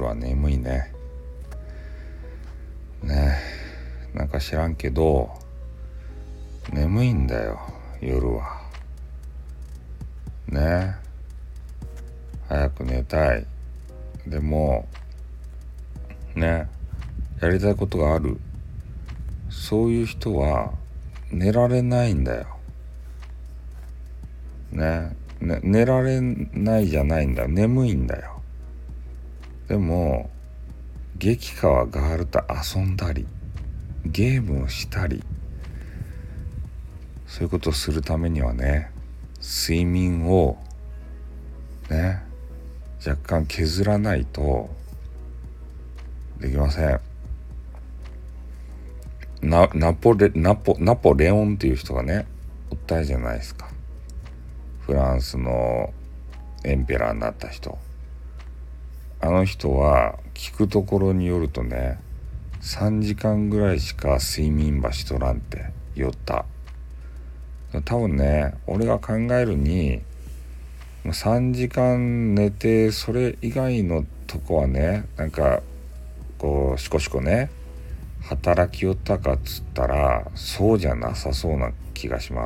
夜は眠いね。なんか知らんけど眠いんだよ夜は。早く寝たい。でもやりたいことがある。そういう人は寝られないんだよ。寝られないじゃないんだよ。眠いんだよ。でも激川ガールと遊んだりゲームをしたり、そういうことをするためには睡眠を若干削らないとできません。ナポレオンっていう人がおったじゃないですか。フランスのエンペラーになった人。あの人は聞くところによると3時間ぐらいしか睡眠ばしとらんって言った。多分俺が考えるに3時間寝てそれ以外のとこはなんかこうしこしこ働きよったかっつったらそうじゃなさそうな気がします。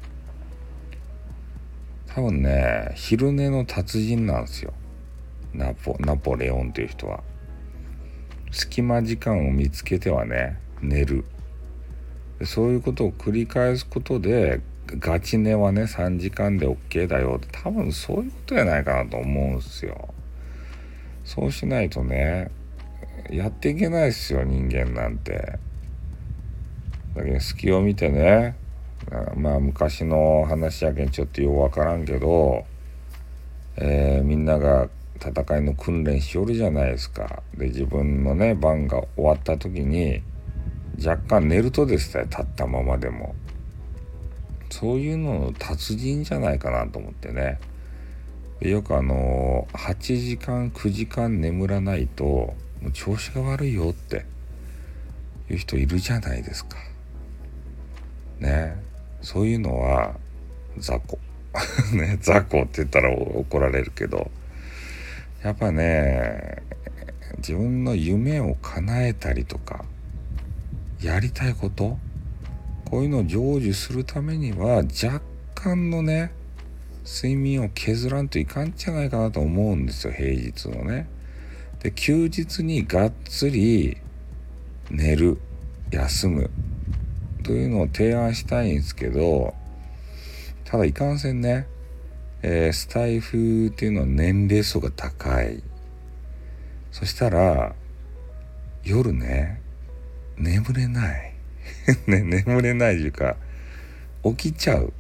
多分昼寝の達人なんですよ。ナポレオンという人は。隙間時間を見つけては寝る。そういうことを繰り返すことでガチ寝は3時間で OK だよって、多分そういうことじゃないかなと思うんですよ。そうしないとやっていけないですよ人間なんて。だけど隙を見て昔の話やけんちょっとようわからんけど、みんなが戦いの訓練しよるじゃないですか。で自分の番が終わった時に若干寝るとですね、立ったままでもそういうのの達人じゃないかなと思ってよく8時間9時間眠らないともう調子が悪いよっていう人いるじゃないですか。そういうのは雑魚雑魚って言ったら怒られるけど、やっぱ自分の夢を叶えたりとかやりたいこと、こういうのを成就するためには若干の睡眠を削らんといかんじゃないかなと思うんですよ。平日ので休日にがっつり寝る休むというのを提案したいんですけど、ただいかんせんスタイフっていうのは年齢層が高い。そしたら夜眠れない眠れないというか起きちゃう。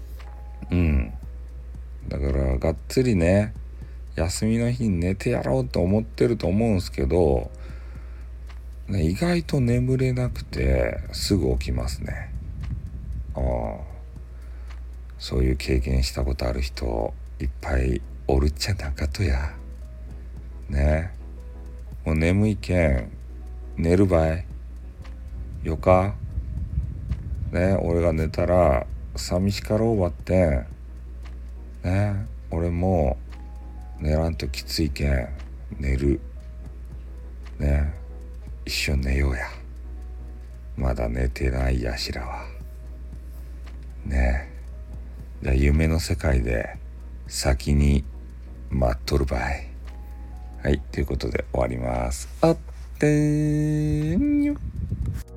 だからがっつり休みの日に寝てやろうと思ってると思うんですけど、意外と眠れなくてすぐ起きますね。そういう経験したことある人いっぱいおるっちゃなかとや。もう眠いけん寝るばいよか。俺が寝たら寂しかろうばって俺も寝らんときついけん寝る。一緒に寝ようや。まだ寝てないやしらは。じゃあ夢の世界で先に待っとるばい。はい、ということで終わります。あってーんよ。